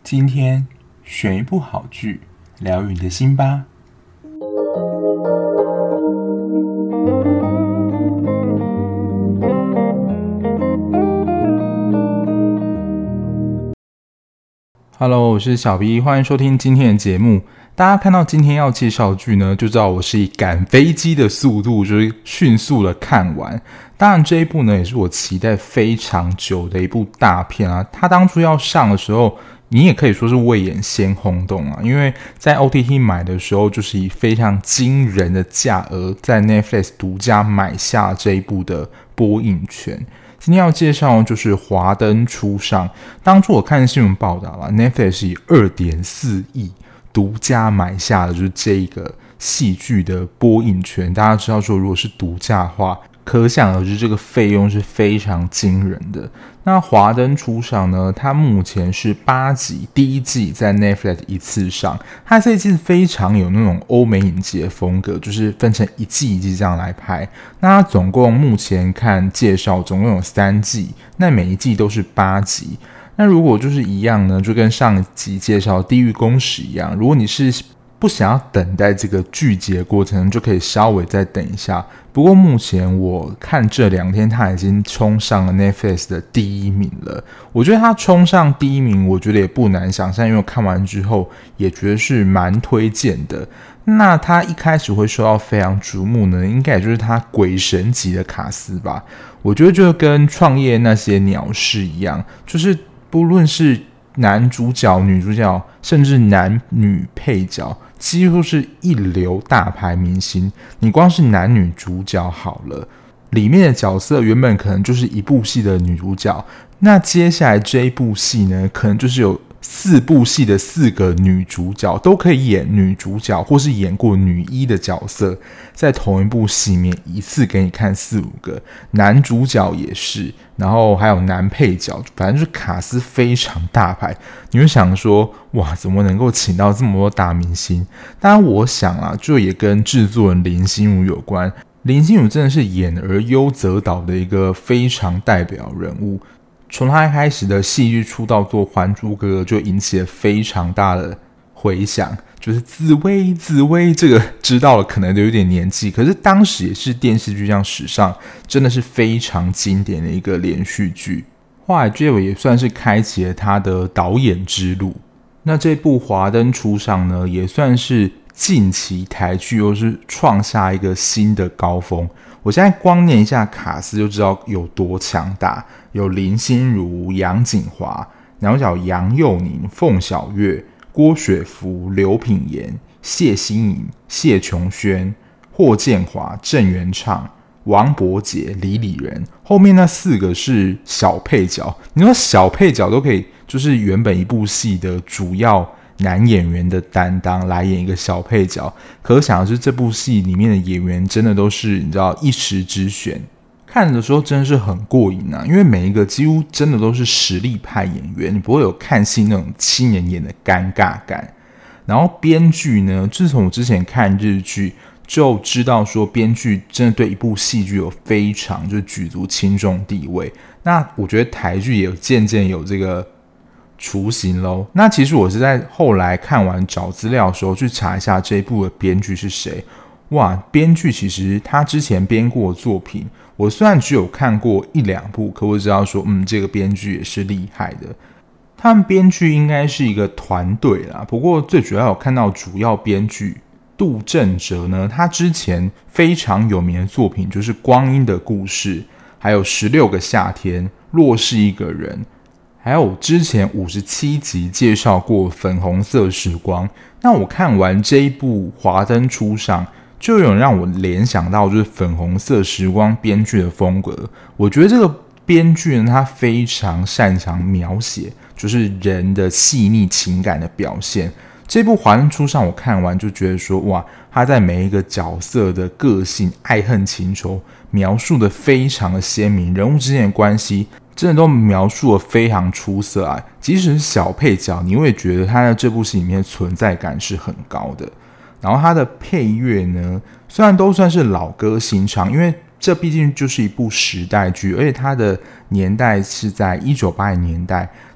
今天选一部好剧，疗愈你的心吧。Hello， 我是小 B， 欢迎收听今天的节目。大家看到今天要介绍的剧呢，就知道我是以赶飞机的速度，就是迅速的看完。当然这一部呢，也是我期待非常久的一部大片啊。它当初要上的时候，你也可以说是未演先轰动啊，因为在 OTT 买的时候，就是以非常惊人的价额在 Netflix 独家买下这一部的播映权。今天要介绍的就是《华灯初上》。当初我看新闻报道了 ，Netflix 以2.4亿独家买下的就是这个戏剧的播映权。大家知道说，如果是独家的话，可想而知这个费用是非常惊人的。那《华灯初上》呢，它目前是8集，第一季在 Netflix 一次上。它这一季非常有那种欧美影集的风格，就是分成一季一季这样来拍。那它总共目前看介绍总共有3季，那每一季都是8集。那如果就是一样呢，就跟上一集介绍《地狱公使》一样，如果你是不想要等待这个剧集的过程，就可以稍微再等一下。不过目前我看这2天，他已经冲上了 Netflix 的第1名了。我觉得他冲上第1名，我觉得也不难想象，因为我看完之后也觉得是蛮推荐的。那他一开始会受到非常瞩目呢，应该也就是他鬼神级的卡司吧。我觉得就跟创业那些鸟事一样，就是不论是男主角、女主角，甚至男女配角，几乎是一流大牌明星。你光是男女主角好了，里面的角色原本可能就是一部戏的女主角，那接下来这一部戏呢，可能就是有4部戏的4个女主角都可以演女主角，或是演过女一的角色，在同一部戏里面一次给你看4-5个，男主角也是，然后还有男配角，反正就是卡司非常大牌。你会想说，哇，怎么能够请到这么多大明星？当然我想啊，就也跟制作人林心如有关。林心如真的是演而优则导的一个非常代表人物。从他一开始的戏剧出道作《还珠格格》就引起了非常大的回响，就是紫薇紫薇，这个知道了可能都有点年纪，可是当时也是电视剧上史上真的是非常经典的一个连续剧。后来这也算是开启了他的导演之路。那这部《华灯初上》呢，也算是近期台剧又是创下一个新的高峰。我现在光念一下卡司就知道有多强大，有林心如、杨谨华、男主角杨佑宁、凤小岳、郭雪芙、刘品言、谢欣颖、谢琼轩、霍建华、郑元畅、王柏杰、李李仁，后面那4个是小配角。你说小配角都可以，就是原本一部戏的主要男演员的担当来演一个小配角，可想而知这部戏里面的演员真的都是你知道一时之选，看的时候真的是很过瘾啊！因为每一个几乎真的都是实力派演员，你不会有看戏那种亲人演的尴尬感。然后编剧呢，自从我之前看日剧就知道说，编剧真的对一部戏剧有非常就是举足轻重地位。那我觉得台剧也渐渐有这个雏形咯。那其实我是在后来看完找资料的时候去查一下这一部的编剧是谁。哇，编剧其实他之前编过的作品，我虽然只有看过1-2部，可我知道说这个编剧也是厉害的。他们编剧应该是一个团队啦，不过最主要有看到主要编剧杜正哲呢，他之前非常有名的作品就是《光阴的故事》，还有《16个夏天》、《若是一个人》，还有之前57集介绍过《粉红色时光》。那我看完这一部《华灯初上》，就有让我联想到就是《粉红色时光》编剧的风格。我觉得这个编剧呢，他非常擅长描写就是人的细腻情感的表现。这部《华灯初上》我看完就觉得说，哇，他在每一个角色的个性、爱恨情仇描述的非常的鲜明，人物之间的关系真的都描述的非常出色啊！即使是小配角，你会觉得他在这部戏里面的存在感是很高的。然后他的配乐呢，虽然都算是老歌新唱，因为这毕竟就是一部时代剧，而且它的年代是在1980年代。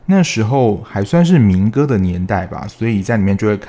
那时候还算是民歌的年代吧，所以在里面就会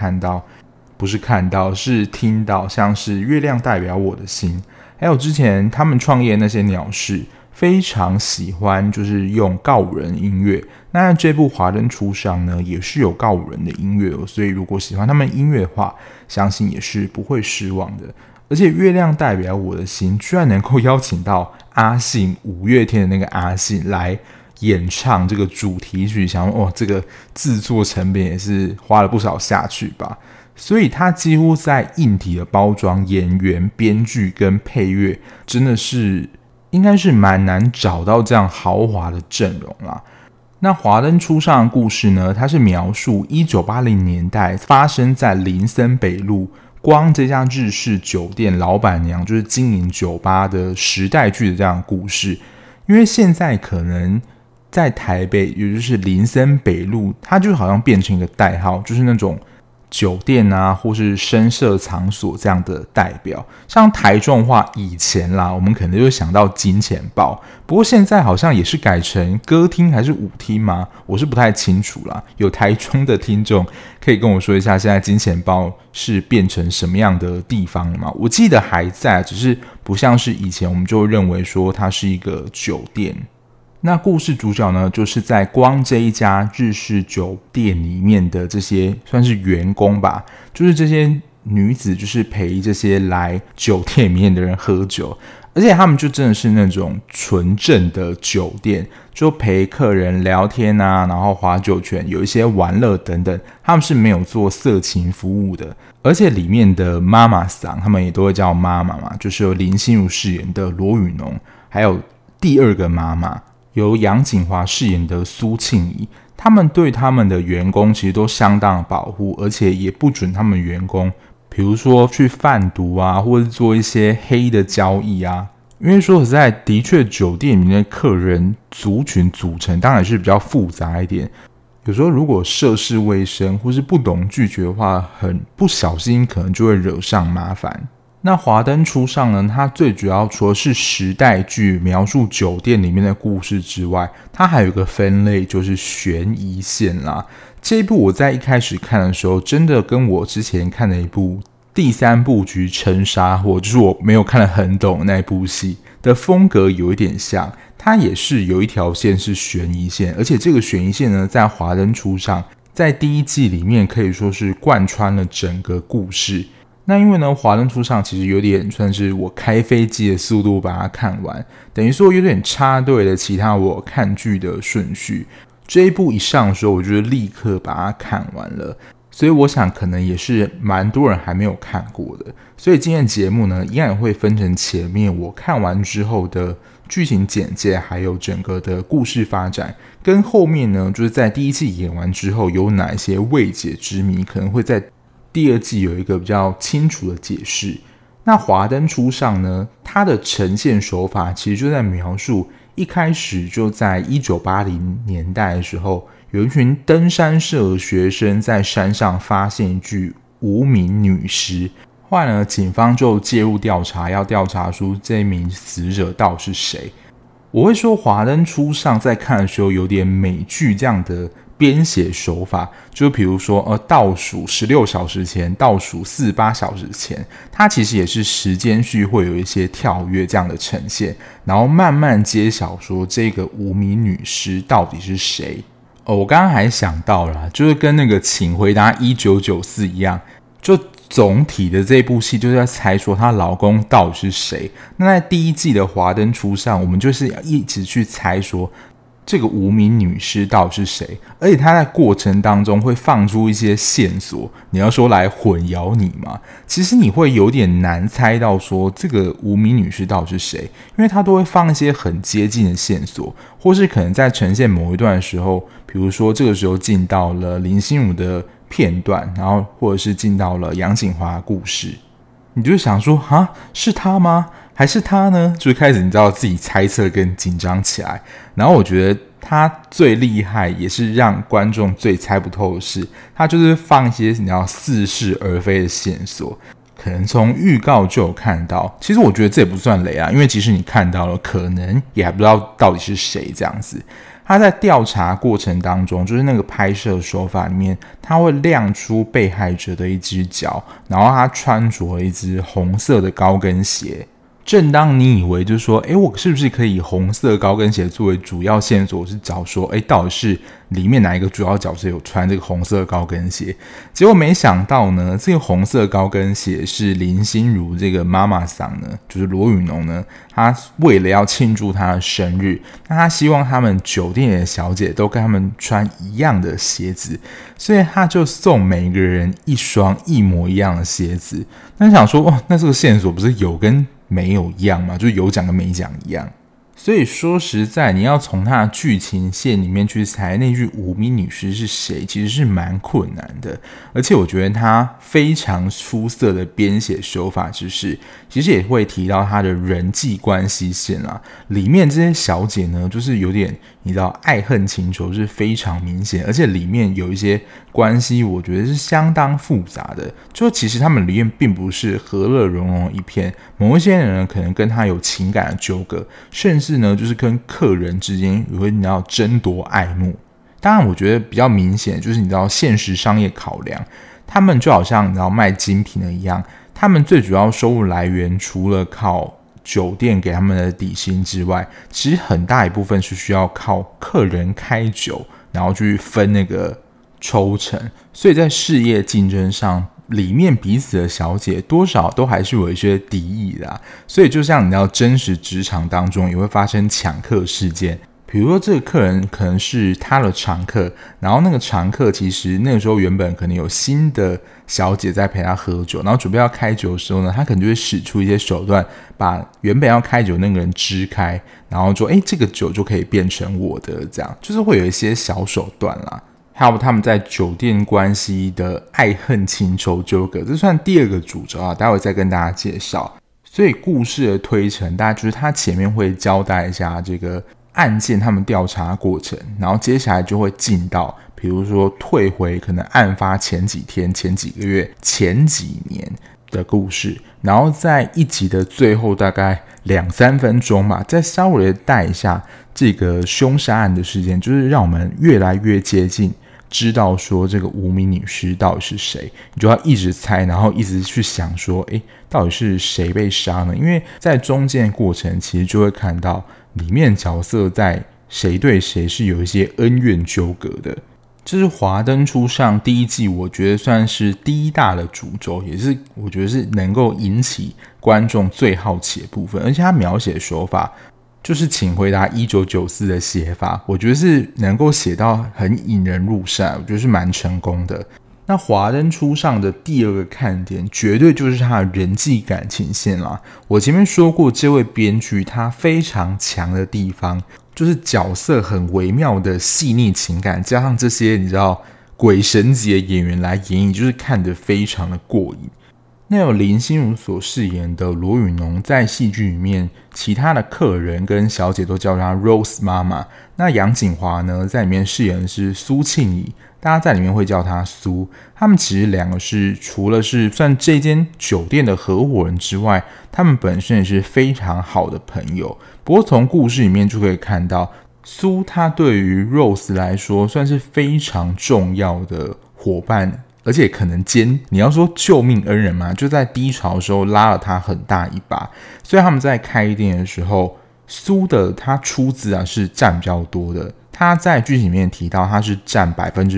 是听到像是月亮代表我的心，还有之前他们创业那些鸟事，非常喜欢就是用告五人音乐。那这部华灯初上呢，也是有告五人的音乐所以如果喜欢他们音乐的话，相信也是不会失望的。而且月亮代表我的心居然能够邀请到阿信，五月天的那个阿信来演唱这个主题曲，想说这个制作成本也是花了不少下去吧。所以他几乎在硬体的包装、演员、编剧跟配乐，真的是应该是蛮难找到这样豪华的阵容啦。那华灯初上的故事呢，它是描述1980年代发生在林森北路光这家日式酒店老板娘就是经营酒吧的时代剧的这样的故事。因为现在可能在台北，也就是林森北路，它就好像变成一个代号，就是那种酒店啊或是声色场所这样的代表。像台中的话，以前啦我们可能就想到金钱豹，不过现在好像也是改成歌厅还是舞厅吗？我是不太清楚啦。有台中的听众可以跟我说一下，现在金钱豹是变成什么样的地方了吗？我记得还在，只是不像是以前我们就认为说它是一个酒店。那故事主角呢，就是在光这一家日式酒店里面的这些算是员工吧，就是这些女子就是陪这些来酒店里面的人喝酒，而且他们就真的是那种纯正的酒店，就陪客人聊天啊，然后划酒拳，有一些玩乐等等，他们是没有做色情服务的。而且里面的妈妈桑，他们也都会叫妈妈嘛，就是由林心如饰演的罗宇农，还有第二个妈妈由杨谨华饰演的苏庆仪，他们对他们的员工其实都相当的保护，而且也不准他们员工比如说去贩毒啊，或者做一些黑的交易啊。因为说实在，的确酒店里面的客人族群组成当然是比较复杂一点，有时候如果涉世未深或是不懂拒绝的话，很不小心可能就会惹上麻烦。那华灯初上呢，它最主要除了是时代剧描述酒店里面的故事之外，它还有一个分类就是悬疑线啦。这一部我在一开始看的时候，真的跟我之前看的一部第三部局沉沙或就是我没有看得很懂的那一部戏的风格有一点像，它也是有一条线是悬疑线，而且这个悬疑线呢，在华灯初上在第一季里面可以说是贯穿了整个故事。那因为呢，华灯初上其实有点算是我开飞机的速度把它看完，等于说有点插队了其他我看剧的顺序。这一部一上的时候，我就立刻把它看完了，所以我想可能也是蛮多人还没有看过的。所以今天的节目呢，依然会分成前面我看完之后的剧情简介，还有整个的故事发展，跟后面呢，就是在第一季演完之后有哪一些未解之谜，可能会在第二季有一个比较清楚的解释。那华灯初上呢，它的呈现手法其实就在描述一开始就在1980年代的时候，有一群登山社的学生在山上发现一具无名女尸，后来呢，警方就介入调查，要调查出这名死者到底是谁。我会说华灯初上在看的时候有点美剧这样的编写手法，就比如说倒数16小时前，倒数48小时前，它其实也是时间序会有一些跳跃这样的呈现，然后慢慢揭晓说这个无名女尸到底是谁。我刚刚还想到了，就是跟那个请回答1994一样，就总体的这部戏就是在猜说她老公到底是谁。那在第一季的华灯初上，我们就是一直去猜说这个无名女尸到底是谁，而且她在过程当中会放出一些线索，你要说来混淆你嘛，其实你会有点难猜到说这个无名女尸到底是谁，因为她都会放一些很接近的线索，或是可能在呈现某一段的时候，比如说这个时候进到了林心如的片段，然后或者是进到了杨谨华的故事，你就想说是他吗？还是他呢？就开始你知道自己猜测跟紧张起来。然后我觉得他最厉害，也是让观众最猜不透的是，他就是放一些你知道似是而非的线索，可能从预告就有看到。其实我觉得这也不算雷啊，因为即使你看到了，可能也还不知道到底是谁这样子。 他在调查过程当中，就是那个拍摄手法里面，他会亮出被害者的一只脚，然后他穿着了一只红色的高跟鞋。正当你以为就是说，我是不是可以红色高跟鞋作为主要线索，是找说，到底是里面哪一个主要角色有穿这个红色高跟鞋？结果没想到呢，这个红色高跟鞋是林心如这个妈妈桑呢，就是罗宇农呢，他为了要庆祝他的生日，那他希望他们酒店的小姐都跟他们穿一样的鞋子，所以他就送每个人一双一模一样的鞋子。那想说，那这个线索不是有跟没有一样嘛，就有讲跟没讲一样。所以说实在，你要从他的剧情线里面去猜那具无名女尸是谁，其实是蛮困难的。而且我觉得他非常出色的编写手法之是，其实也会提到他的人际关系线啦。里面这些小姐呢，就是有点你知道爱恨情仇是非常明显，而且里面有一些关系，我觉得是相当复杂的。就其实他们里面并不是和乐融融一片，某一些人可能跟他有情感的纠葛，甚至呢，就是跟客人之间也会你知道争夺爱慕。当然，我觉得比较明显就是你知道现实商业考量，他们就好像你知道卖精品的一样，他们最主要收入来源除了靠酒店给他们的底薪之外，其实很大一部分是需要靠客人开酒，然后去分那个抽成。所以在事业竞争上，里面彼此的小姐多少都还是有一些敌意的啊。所以就像你知道真实职场当中也会发生抢客事件，比如说这个客人可能是他的常客，然后那个常客其实那个时候原本可能有新的小姐在陪他喝酒，然后准备要开酒的时候呢，他可能就会使出一些手段，把原本要开酒那个人支开，然后说这个酒就可以变成我的，这样就是会有一些小手段啦。还有他们在酒店关系的爱恨情仇纠葛，这算第二个主轴啊，待会再跟大家介绍。所以故事的推陈，大家就是他前面会交代一下这个案件他们调查过程，然后接下来就会进到比如说退回可能案发前几天、前几个月、前几年的故事，然后在一集的最后大概2-3分钟吧，再稍微的带一下这个凶杀案的事件，就是让我们越来越接近知道说这个无名女尸到底是谁，你就要一直猜，然后一直去想说到底是谁被杀呢？因为在中间的过程其实就会看到里面角色在谁对谁是有一些恩怨纠葛的。这是华灯初上第一季我觉得算是第一大的主轴，也是我觉得是能够引起观众最好奇的部分，而且他描写手法就是请回答1994的写法，我觉得是能够写到很引人入胜，我觉得是蛮成功的。那华灯初上的第二个看点绝对就是他的人际感情线啦。我前面说过，这位编剧他非常强的地方就是角色很微妙的细腻情感，加上这些你知道鬼神级的演员来演绎，就是看得非常的过瘾。那有林心如所饰演的罗宇农，在戏剧里面其他的客人跟小姐都叫她 Rose 妈妈，那杨谨华呢在里面饰演的是苏庆怡，大家在里面会叫她苏。他们其实两个是除了是算这间酒店的合伙人之外，他们本身也是非常好的朋友。不过从故事里面就可以看到，苏她对于 Rose 来说算是非常重要的伙伴，而且可能你要说救命恩人嘛，就在低潮的时候拉了他很大一把。所以他们在开店的时候，苏的他出资是占比较多的，他在剧情里面提到他是占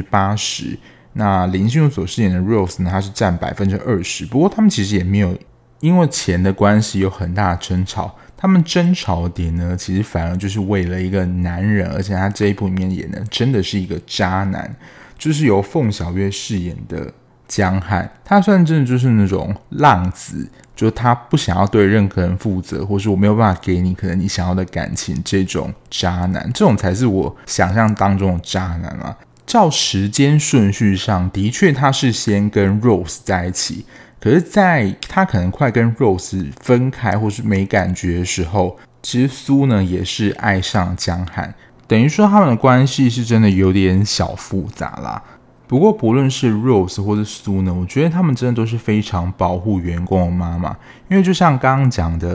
80%， 那林心如所饰演的 Rose 呢，他是占 20%。 不过他们其实也没有因为钱的关系有很大的争吵，他们争吵的点呢，其实反而就是为了一个男人，而且他这一部里面演的真的是一个渣男，就是由凤小岳饰演的江汉，他算真的就是那种浪子，就是他不想要对任何人负责，或是我没有办法给你可能你想要的感情，这种渣男，这种才是我想象当中的渣男嘛。照时间顺序上，的确他是先跟 Rose 在一起，可是在他可能快跟 Rose 分开或是没感觉的时候，其实苏呢也是爱上江汉，等于说他们的关系是真的有点小复杂啦。不过不论是 Rose 或是苏呢，我觉得他们真的都是非常保护员工的妈妈，因为就像刚刚讲的，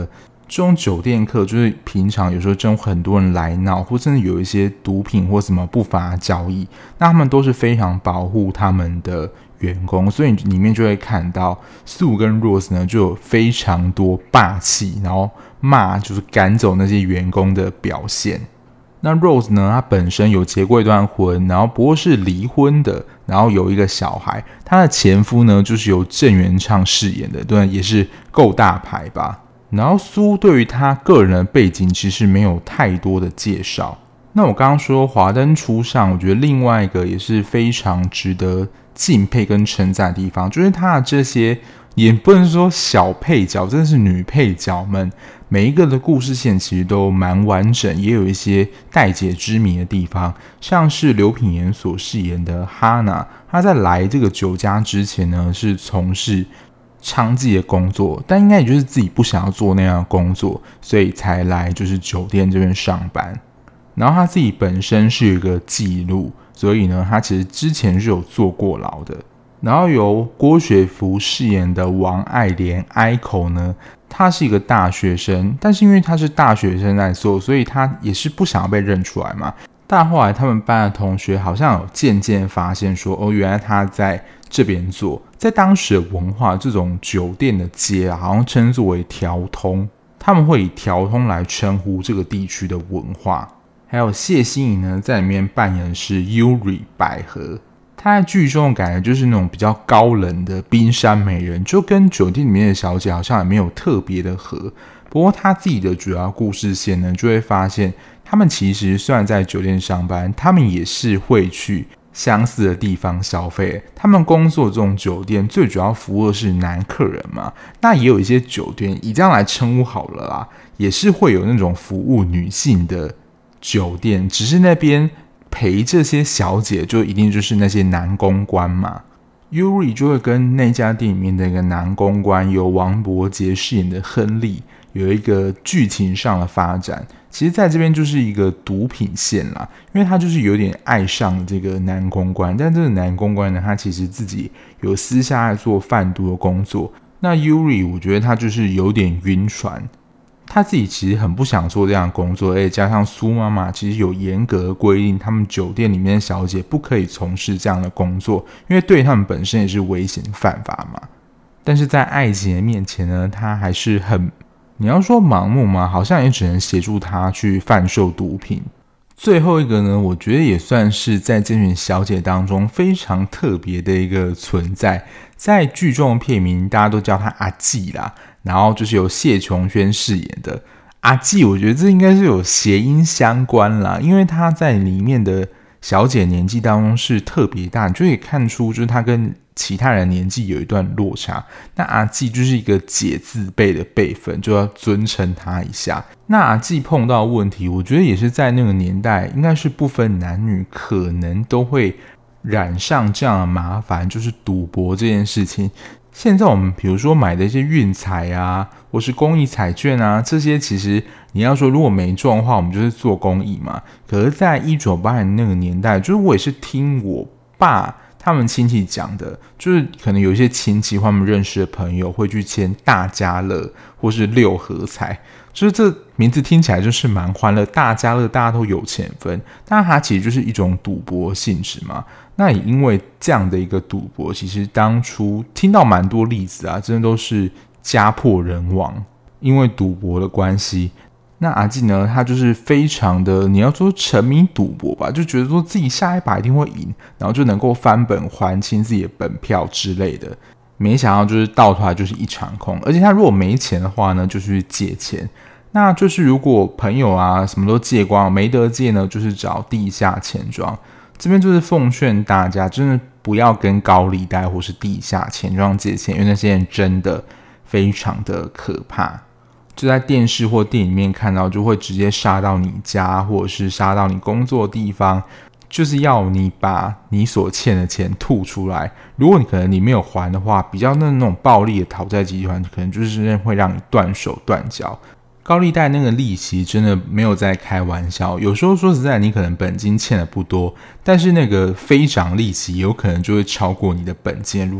这种酒店客就是平常有时候真有很多人来闹，或甚至有一些毒品或什么不法交易，那他们都是非常保护他们的员工，所以里面就会看到Sue跟 Rose 呢就有非常多霸气，然后骂就是赶走那些员工的表现。那 Rose 呢，她本身有结过一段婚，然后不过是离婚的，然后有一个小孩，她的前夫呢就是由郑元畅饰演的，对，也是够大牌吧。然后苏对于他个人的背景其实没有太多的介绍。那我刚刚说华灯初上，我觉得另外一个也是非常值得敬佩跟称赞的地方，就是他的这些也不能说小配角，真的是女配角们，每一个的故事线其实都蛮完整，也有一些待解之谜的地方。像是刘品言所饰演的哈娜，她在来这个酒家之前呢，是从事娼妓的工作，但应该也就是自己不想要做那样的工作，所以才来就是酒店这边上班。然后他自己本身是有一个记录，所以呢，他其实之前是有坐过牢的。然后由郭雪芙饰演的王爱莲 Aiko 呢，他是一个大学生，但是因为他是大学生在做，所以他也是不想要被认出来嘛。但后来他们班的同学好像有渐渐发现说，哦，原来他在这边做。在当时的文化，这种酒店的街好像称作为条通，他们会以条通来称呼这个地区的文化。还有谢欣颖呢，在里面扮演的是 Yuri 百合，她在剧中的感觉就是那种比较高冷的冰山美人，就跟酒店里面的小姐好像也没有特别的合。不过她自己的主要故事线呢，就会发现他们其实虽然在酒店上班，他们也是会去相似的地方消费。他们工作这种酒店最主要服务的是男客人嘛，那也有一些酒店以这样来称呼好了啦，也是会有那种服务女性的酒店，只是那边陪这些小姐就一定就是那些男公关嘛。Yuri 就会跟那家店里面的一个男公关由王柏杰饰演的亨利有一个剧情上的发展。其实在这边就是一个毒品线啦，因为他就是有点爱上这个男公关，但这个男公关呢，他其实自己有私下在做贩毒的工作。那 Yuri 我觉得他就是有点晕船，他自己其实很不想做这样的工作，而且加上苏妈妈其实有严格的规定，他们酒店里面的小姐不可以从事这样的工作，因为对他们本身也是危险犯法嘛。但是在爱情的面前呢，他还是很，你要说盲目吗？好像也只能协助他去贩售毒品。最后一个呢，我觉得也算是在这群小姐当中非常特别的一个存在。在剧中的片名大家都叫她阿纪啦，然后就是由谢琼轩饰演的阿纪，我觉得这应该是有谐音相关啦，因为她在里面的小姐年纪当中是特别大，你就可以看出就是她跟其他人年纪有一段落差。那阿纪就是一个姐字辈的辈分，就要尊称她一下。那阿纪碰到的问题，我觉得也是在那个年代应该是不分男女可能都会染上这样的麻烦，就是赌博这件事情。现在我们比如说买的一些运彩啊，或是公益彩券啊，这些其实你要说如果没中的话，我们就是做公益嘛。可是在1980年那个年代，就是我也是听我爸他们亲戚讲的，就是可能有一些亲戚或他们认识的朋友会去签大家乐或是六合彩，就是这名字听起来就是蛮欢乐，大家乐大家都有钱分，但它其实就是一种赌博性质嘛。那也因为这样的一个赌博，其实当初听到蛮多例子啊，真的都是家破人亡，因为赌博的关系。那阿纪呢，他就是非常的，你要说沉迷赌博吧，就觉得说自己下一把一定会赢，然后就能够翻本还清自己的本票之类的。没想到就是到头来就是一场空，而且他如果没钱的话呢，就去借钱。那就是如果朋友啊什么都借光，没得借呢，就是找地下钱庄。这边就是奉劝大家，真的不要跟高利贷或是地下钱庄借钱，因为那些人真的非常的可怕。就在电视或电影里面看到，就会直接杀到你家，或者是杀到你工作的地方，就是要你把你所欠的钱吐出来。如果你没有还的话，比较那种暴力的讨债集团，可能就是会让你断手断脚。高利贷那个利息真的没有在开玩笑，有时候说实在，你可能本金欠的不多，但是那个飞涨利息有可能就会超过你的本金。如果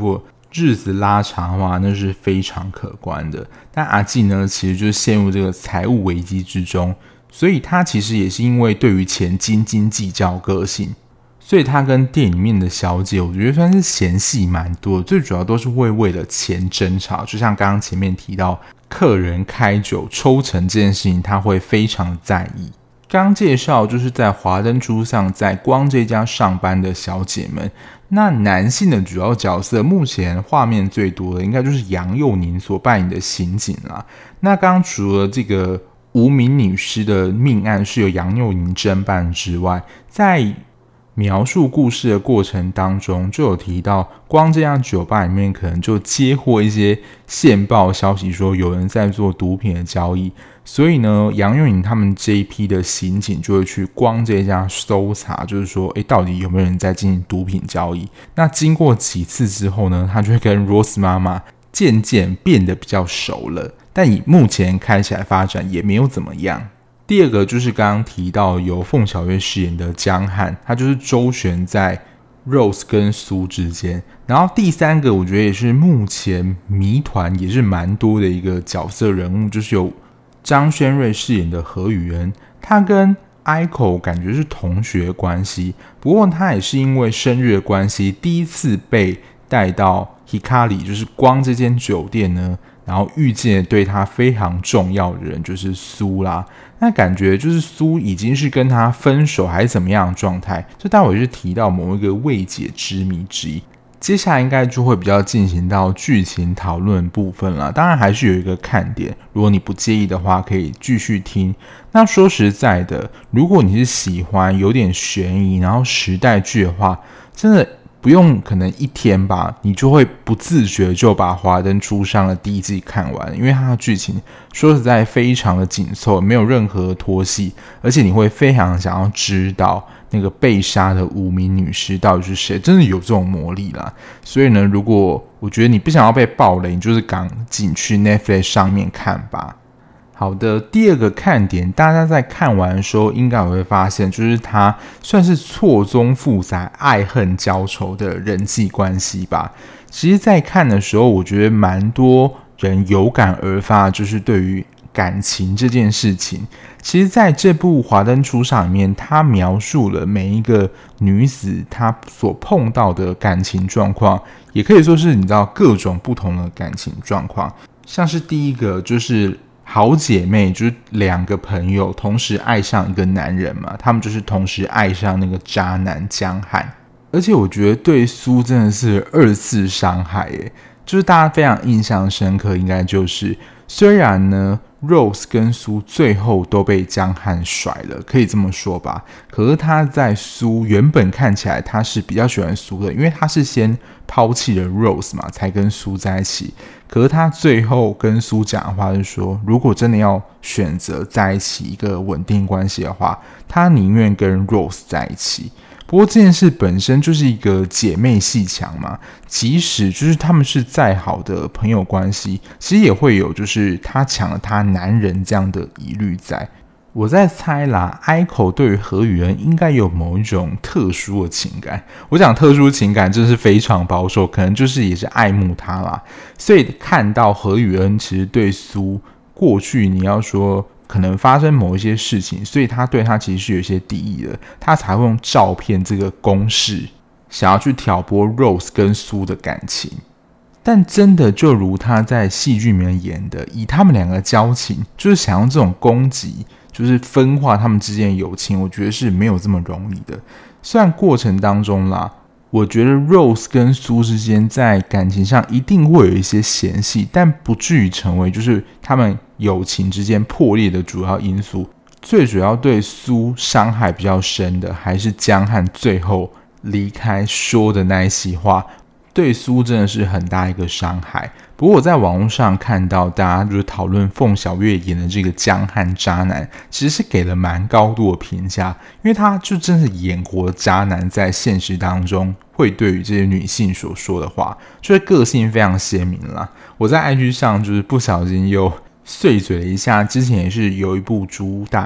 日子拉长的话，那是非常可观的。但阿纪呢，其实就是陷入这个财务危机之中，所以他其实也是因为对于钱斤斤计较个性，所以他跟店里面的小姐，我觉得算是嫌隙蛮多的，最主要都是会为了钱争吵。就像刚刚前面提到，客人开酒抽成这件事情，他会非常在意。刚介绍就是在华灯初上在光这家上班的小姐们，那男性的主要角色目前画面最多的应该就是杨佑宁所扮演的刑警啦。那刚刚除了这个无名女尸的命案是由杨佑宁侦办之外，在描述故事的过程当中就有提到，光这样酒吧里面可能就接获一些线报消息说有人在做毒品的交易，所以呢杨佑宁他们这一批的刑警就会去光这家搜查，就是说到底有没有人在进行毒品交易。那经过几次之后呢，他就会跟 Rose 妈妈渐渐变得比较熟了，但以目前看起来发展也没有怎么样。第二个就是刚刚提到由凤小岳饰演的江汉，他就是周旋在 Rose 跟苏之间。然后第三个我觉得也是目前谜团也是蛮多的一个角色人物，就是由张轩睿饰演的何宇恩，他跟 Aiko 感觉是同学关系，不过他也是因为生日的关系，第一次被带到 Hikari 就是光这间酒店呢，然后遇见对他非常重要的人就是苏啦。那感觉就是苏已经是跟他分手还是怎么样的状态，这待会是提到某一个未解之谜之一。接下来应该就会比较进行到剧情讨论部分了，当然还是有一个看点，如果你不介意的话可以继续听。那说实在的，如果你是喜欢有点悬疑然后时代剧的话，真的不用可能一天吧，你就会不自觉就把《华灯初上》的第一季看完，因为它的剧情说实在非常的紧凑，没有任何拖戏，而且你会非常想要知道那个被杀的无名女尸到底是谁，真的有这种魔力啦。所以呢，如果我觉得你不想要被爆雷，你就是赶紧去 Netflix 上面看吧。好的，第二个看点，大家在看完的时候应该也会发现，就是它算是错综复杂、爱恨交愁的人际关系吧。其实，在看的时候，我觉得蛮多人有感而发，就是对于感情这件事情。其实，在这部《华灯初上》里面，它描述了每一个女子她所碰到的感情状况，也可以说是你知道各种不同的感情状况。像是第一个就是好姐妹，就是两个朋友同时爱上一个男人嘛，他们就是同时爱上那个渣男江汉，而且我觉得对苏真的是二次伤害耶，就是大家非常印象深刻，应该就是虽然呢 Rose 跟苏最后都被江汉甩了，可以这么说吧，可是他在苏原本看起来他是比较喜欢苏的，因为他是先抛弃了 Rose 嘛，才跟苏在一起。可是他最后跟苏讲的话是说，如果真的要选择在一起一个稳定关系的话，他宁愿跟 Rose 在一起。不过这件事本身就是一个姐妹戏强嘛，即使就是他们是再好的朋友关系，其实也会有就是他抢了他男人这样的疑虑在。我在猜啦，Aiko对于何宇恩应该有某一种特殊的情感。我讲特殊情感真的是非常保守，可能就是也是爱慕他啦。所以看到何宇恩其实对苏过去你要说可能发生某一些事情，所以他对他其实是有一些敌意的，他才会用照片这个公式想要去挑拨 Rose 跟苏的感情。但真的就如他在戏剧里面演的，以他们两个交情，就是想用这种攻击就是分化他们之间的友情，我觉得是没有这么容易的。虽然过程当中啦，我觉得 Rose 跟苏之间在感情上一定会有一些嫌隙，但不至于成为就是他们友情之间破裂的主要因素。最主要对苏伤害比较深的，还是江汉最后离开说的那一席话，对苏真的是很大一个伤害。不过我在网络上看到大家就是讨论凤小岳演的这个江汉渣男，其实是给了蛮高度的评价，因为他就真是演活渣男在现实当中会对于这些女性所说的话，就是个性非常鲜明啦。我在 IG 上就是不小心又碎嘴了一下，之前也是有一部主打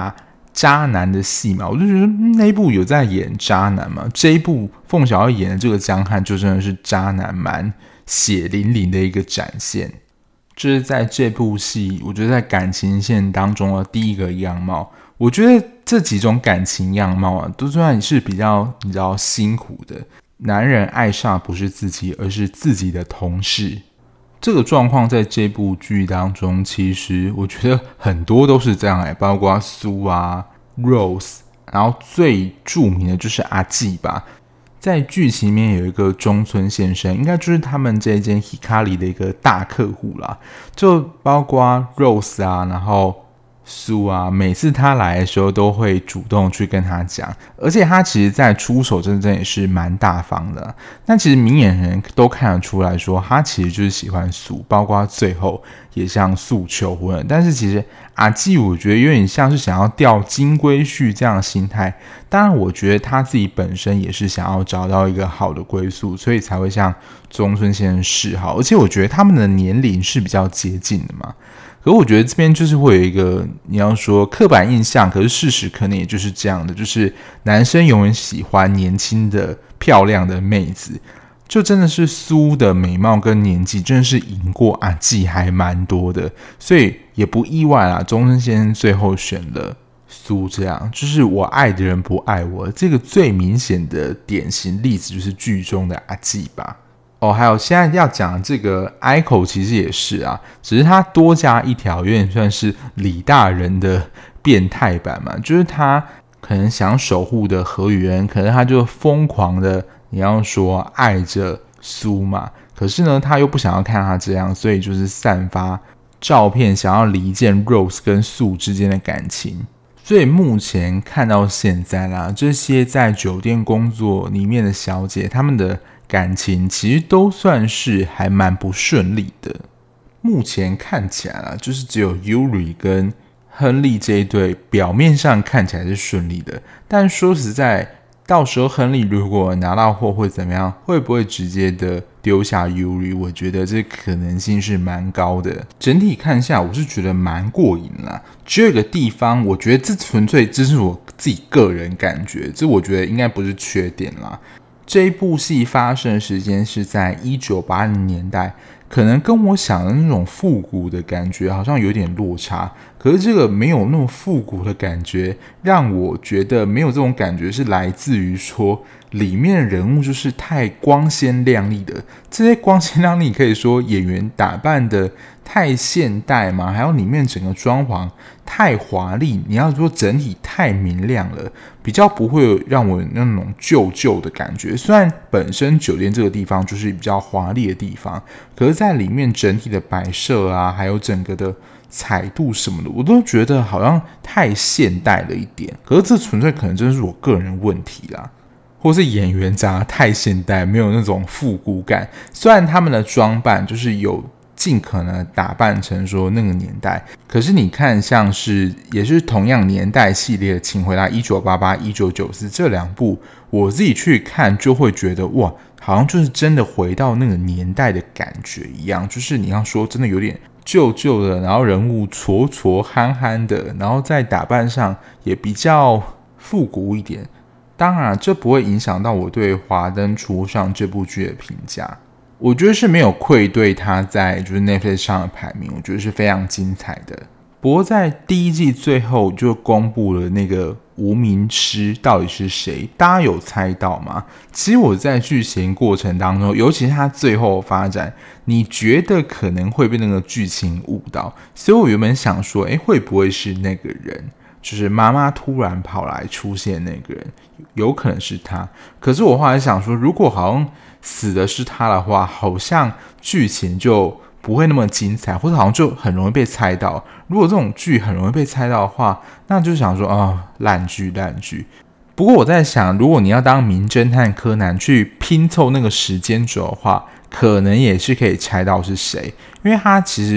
渣男的戏嘛，我就觉得那一部有在演渣男嘛，这一部凤小岳演的这个江汉就真的是渣男蛮血淋淋的一个展现。这是在这部戏我觉得在感情线当中的第一个样貌。我觉得这几种感情样貌啊，都算是比较你知道辛苦的。男人爱上不是自己，而是自己的同事。这个状况在这部剧当中，其实我觉得很多都是这样包括苏啊、Rose， 然后最著名的就是阿纪吧。在剧情里面有一个中村先生，应该就是他们这间 Hikari 的一个大客户啦，就包括 Rose 啊，然后苏啊，每次他来的时候都会主动去跟他讲，而且他其实在出手真的也是蛮大方的。但其实明眼人都看得出来说，他其实就是喜欢苏，包括最后也向苏求婚了。但是其实阿纪我觉得有点像是想要钓金龟婿这样的心态。当然，我觉得他自己本身也是想要找到一个好的归宿，所以才会向中村先生示好。而且我觉得他们的年龄是比较接近的嘛。可是我觉得这边就是会有一个你要说刻板印象，可是事实可能也就是这样的，就是男生永远喜欢年轻的漂亮的妹子，就真的是苏的美貌跟年纪真的是赢过阿纪还蛮多的，所以也不意外啦。中村先生最后选了苏，这样就是我爱的人不爱我，这个最明显的典型例子就是剧中的阿纪吧。还有现在要讲这个 Aiko 其实也是啊，只是他多加一条，有点算是李大人的变态版嘛，就是他可能想守护的河与恩，可能他就疯狂的你要说爱着苏嘛，可是呢他又不想要看他这样，所以就是散发照片想要离间 Rose 跟苏之间的感情。所以目前看到现在啦，这些在酒店工作里面的小姐，她们的感情其实都算是还蛮不顺利的。目前看起来啦，就是只有 Yuri 跟亨利这一对表面上看起来是顺利的，但说实在，到时候亨利如果拿到货会怎么样？会不会直接的丢下 Yuri？ 我觉得这可能性是蛮高的。整体看下，我是觉得蛮过瘾啦。只有一个地方，我觉得这纯粹这是我自己个人感觉，这我觉得应该不是缺点啦。这一部戏发生的时间是在1980年代，可能跟我想的那种复古的感觉好像有点落差。可是这个没有那么复古的感觉，让我觉得没有这种感觉是来自于说里面的人物就是太光鲜亮丽的。这些光鲜亮丽可以说演员打扮的太现代嘛，还有里面整个装潢太华丽，你要说整体太明亮了，比较不会让我有那种旧旧的感觉。虽然本身酒店这个地方就是比较华丽的地方，可是在里面整体的摆设啊，还有整个的彩度什么的，我都觉得好像太现代了一点。可是这纯粹可能真的是我个人问题啦，或是演员长得太现代，没有那种复古感。虽然他们的装扮就是有尽可能打扮成说那个年代，可是你看像是也是同样年代系列的《请回答1988》、1994这两部，我自己去看就会觉得哇，好像就是真的回到那个年代的感觉一样，就是你要说真的有点旧旧的，然后人物矬矬憨憨的，然后在打扮上也比较复古一点。当然这不会影响到我对《华灯初上》这部剧的评价，我觉得是没有愧对他在就是 Netflix 上的排名，我觉得是非常精彩的。不过在第一季最后就公布了那个无名尸到底是谁，大家有猜到吗？其实我在剧情过程当中，尤其是他最后的发展，你觉得可能会被那个剧情误导，所以我原本想说会不会是那个人，就是妈妈突然跑来出现那个人，有可能是他。可是我后来想说，如果好像死的是他的话，好像剧情就不会那么精彩，或者好像就很容易被猜到。如果这种剧很容易被猜到的话，那就想说烂剧烂剧。不过我在想，如果你要当名侦探柯南去拼凑那个时间轴的话，可能也是可以猜到是谁，因为他其实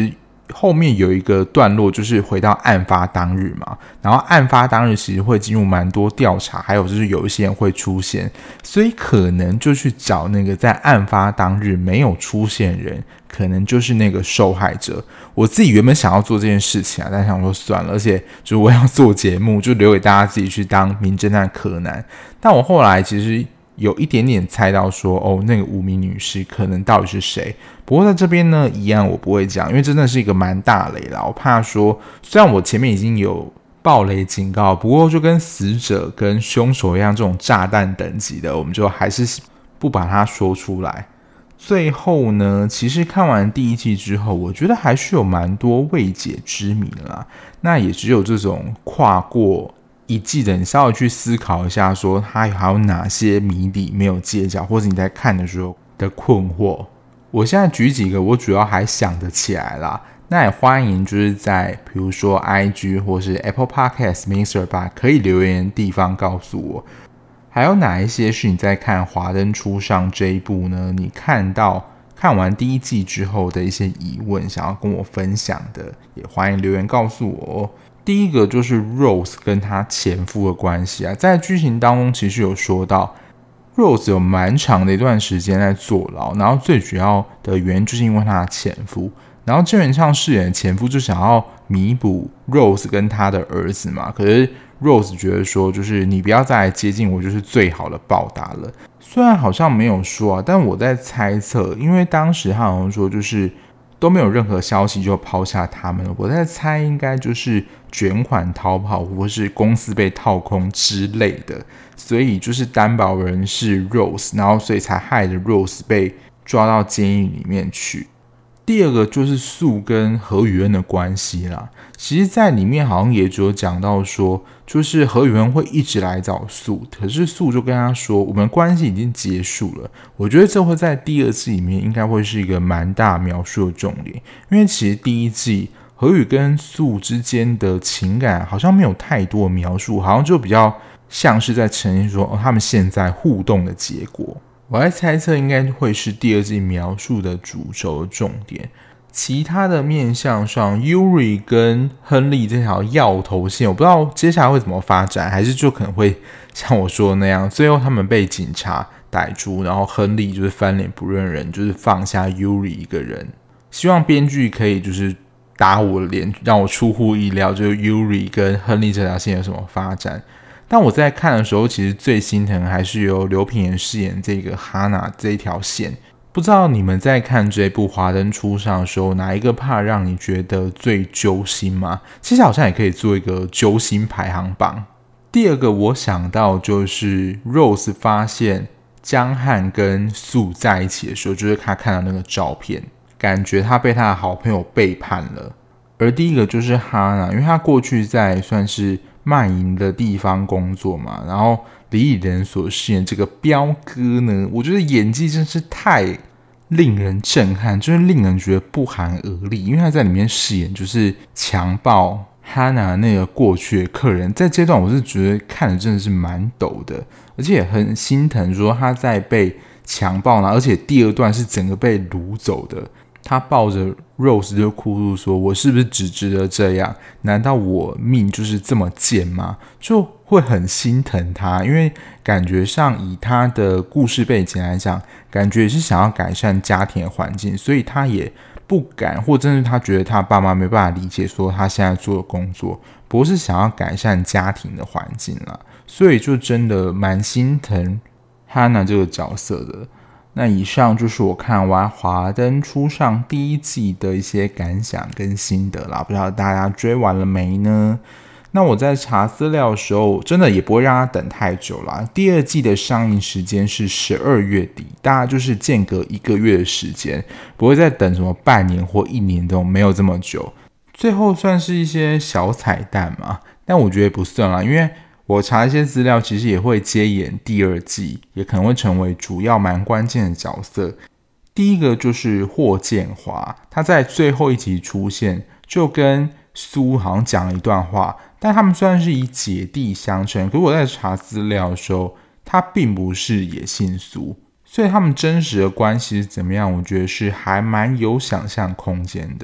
后面有一个段落就是回到案发当日嘛，然后案发当日其实会进入蛮多调查，还有就是有一些人会出现，所以可能就去找那个在案发当日没有出现人，可能就是那个受害者。我自己原本想要做这件事情但想说算了，而且就是我要做节目，就留给大家自己去当名侦探柯南。但我后来其实有一点点猜到说，那个无名女尸可能到底是谁。不过在这边呢，一样我不会讲，因为真的是一个蛮大雷啦。我怕说，虽然我前面已经有爆雷警告，不过就跟死者跟凶手一样，这种炸弹等级的，我们就还是不把它说出来。最后呢，其实看完第一季之后，我觉得还是有蛮多未解之谜啦。那也只有这种跨过一季的，你稍微去思考一下说它还有哪些谜底没有揭晓，或者你在看的时候的困惑。我现在举几个我主要还想得起来啦，那也欢迎就是在比如说 IG 或是 Apple Podcast、Mixer Bar 可以留言的地方告诉我，还有哪一些是你在看《华灯初上》这一部呢？你看完第一季之后的一些疑问，想要跟我分享的，也欢迎留言告诉我哦。第一个就是 Rose 跟她前夫的关系啊，在剧情当中其实有说到 Rose 有蛮长的一段时间在坐牢，然后最主要的原因就是因为她的前夫，然后郑元畅饰演的前夫就想要弥补 Rose 跟她的儿子嘛，可是 Rose 觉得说就是你不要再来接近我就是最好的报答了。虽然好像没有说但我在猜测，因为当时他好像说就是都没有任何消息就抛下他们了，我在猜应该就是卷款逃跑或是公司被套空之类的，所以就是担保人是 Rose， 然后所以才害得 Rose 被抓到监狱里面去。第二个就是素跟何宇恩的关系啦，其实在里面好像也只有讲到说，就是何宇恩会一直来找素，可是素就跟他说我们关系已经结束了。我觉得这会在第二季里面应该会是一个蛮大描述的重点，因为其实第一季何宇跟素之间的情感好像没有太多的描述，好像就比较像是在呈现说他们现在互动的结果。我在猜测应该会是第二季描述的主轴的重点。其他的面向上 Yuri 跟亨利这条要头线，我不知道接下来会怎么发展，还是就可能会像我说的那样，最后他们被警察逮住，然后亨利就是翻脸不认人，就是放下 Yuri 一个人。希望编剧可以就是打我的脸，让我出乎意料，就是 Yuri 跟亨利这条线有什么发展。但我在看的时候，其实最心疼还是由刘品言饰演这个哈娜这一条线。不知道你们在看这部《华灯初上》的时候，哪一个怕让你觉得最揪心吗？其实好像也可以做一个揪心排行榜。第二个我想到就是 Rose 发现江汉跟素在一起的时候，就是他看到那个照片，感觉他被他的好朋友背叛了。而第一个就是哈娜，因为他过去在算是卖淫的地方工作嘛，然后李李仁所饰演这个彪哥呢，我觉得演技真是太令人震撼，就是令人觉得不寒而栗，因为他在里面饰演就是强暴哈娜那个过去的客人，在这段我是觉得看的真的是蛮抖的，而且也很心疼说他在被强暴呢，而且第二段是整个被掳走的。他抱着 Rose 就哭诉说，我是不是只值得这样？难道我命就是这么贱吗？就会很心疼他，因为感觉上以他的故事背景来讲，感觉也是想要改善家庭的环境，所以他也不敢，或真是他觉得他爸妈没办法理解说他现在做的工作，不过是想要改善家庭的环境啦，所以就真的蛮心疼 Hannah 这个角色的。那以上就是我看完《华灯初上》第一季的一些感想跟心得啦，不知道大家追完了没呢？那我在查资料的时候，真的也不会让他等太久啦。第二季的上映时间是12月底，大家就是间隔1个月的时间，不会再等什么半年或1年这种，没有这么久。最后算是一些小彩蛋嘛，但我觉得不算啦，因为我查一些资料，其实也会接演第二季，也可能会成为主要蛮关键的角色。第一个就是霍建华，他在最后一集出现，就跟苏好像讲了一段话，但他们虽然是以姐弟相称，可是我在查资料的时候，他并不是也姓苏，所以他们真实的关系是怎么样，我觉得是还蛮有想象空间的。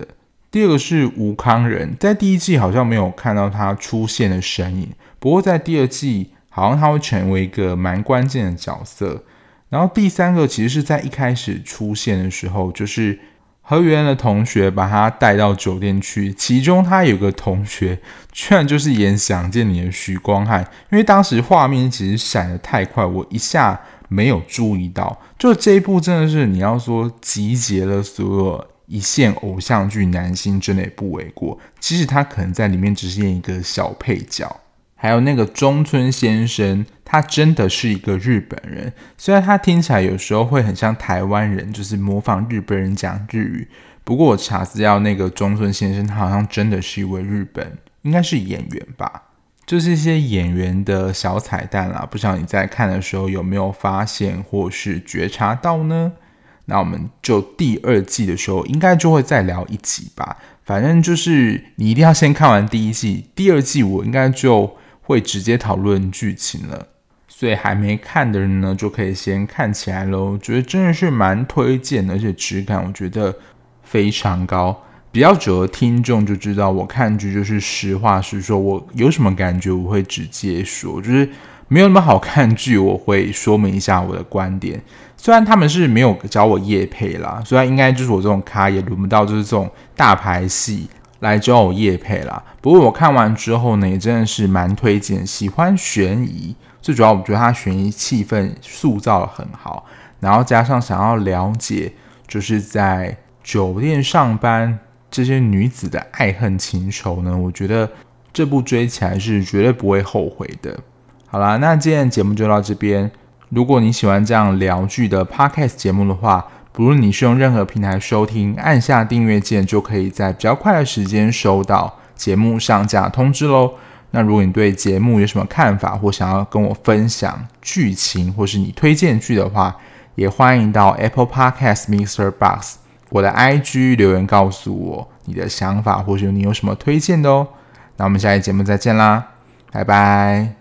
第二个是吴慷仁，在第一季好像没有看到他出现的身影，不过在第二季好像他会成为一个蛮关键的角色。然后第三个其实是在一开始出现的时候，就是河原的同学把他带到酒店去，其中他有个同学居然就是演《想见你》的许光汉，因为当时画面其实闪得太快，我一下没有注意到。就这一部真的是你要说集结了所有一线偶像剧男星，真的也不为过。即使他可能在里面只是演一个小配角。还有那个中村先生，他真的是一个日本人，虽然他听起来有时候会很像台湾人，就是模仿日本人讲日语，不过我查资料，那个中村先生他好像真的是一位日本，应该是演员吧。就是一些演员的小彩蛋啦，不知道你在看的时候有没有发现或是觉察到呢？那我们就第二季的时候应该就会再聊一集吧，反正就是你一定要先看完第一季，第二季我应该就会直接讨论剧情了，所以还没看的人呢，就可以先看起来咯。觉得真的是蛮推荐的，而且质感我觉得非常高。比较久的听众就知道，我看剧就是实话实说，我有什么感觉我会直接说，就是没有那么好看剧，我会说明一下我的观点。虽然他们是没有找我业配啦，虽然应该就是我这种咖也轮不到，就是这种大牌戏来找我业配啦。不过我看完之后呢，也真的是蛮推荐，喜欢悬疑，最主要我觉得它悬疑气氛塑造得很好，然后加上想要了解就是在酒店上班这些女子的爱恨情仇呢，我觉得这部追起来是绝对不会后悔的。好啦，那今天的节目就到这边。如果你喜欢这样聊剧的 podcast 节目的话，不论你是用任何平台收听，按下订阅键就可以在比较快的时间收到节目上架通知咯。那如果你对节目有什么看法，或想要跟我分享剧情，或是你推荐剧的话，也欢迎到 Apple Podcast Mixer Box 我的 IG 留言告诉我你的想法，或是你有什么推荐的哦。那我们下期节目再见啦，拜拜。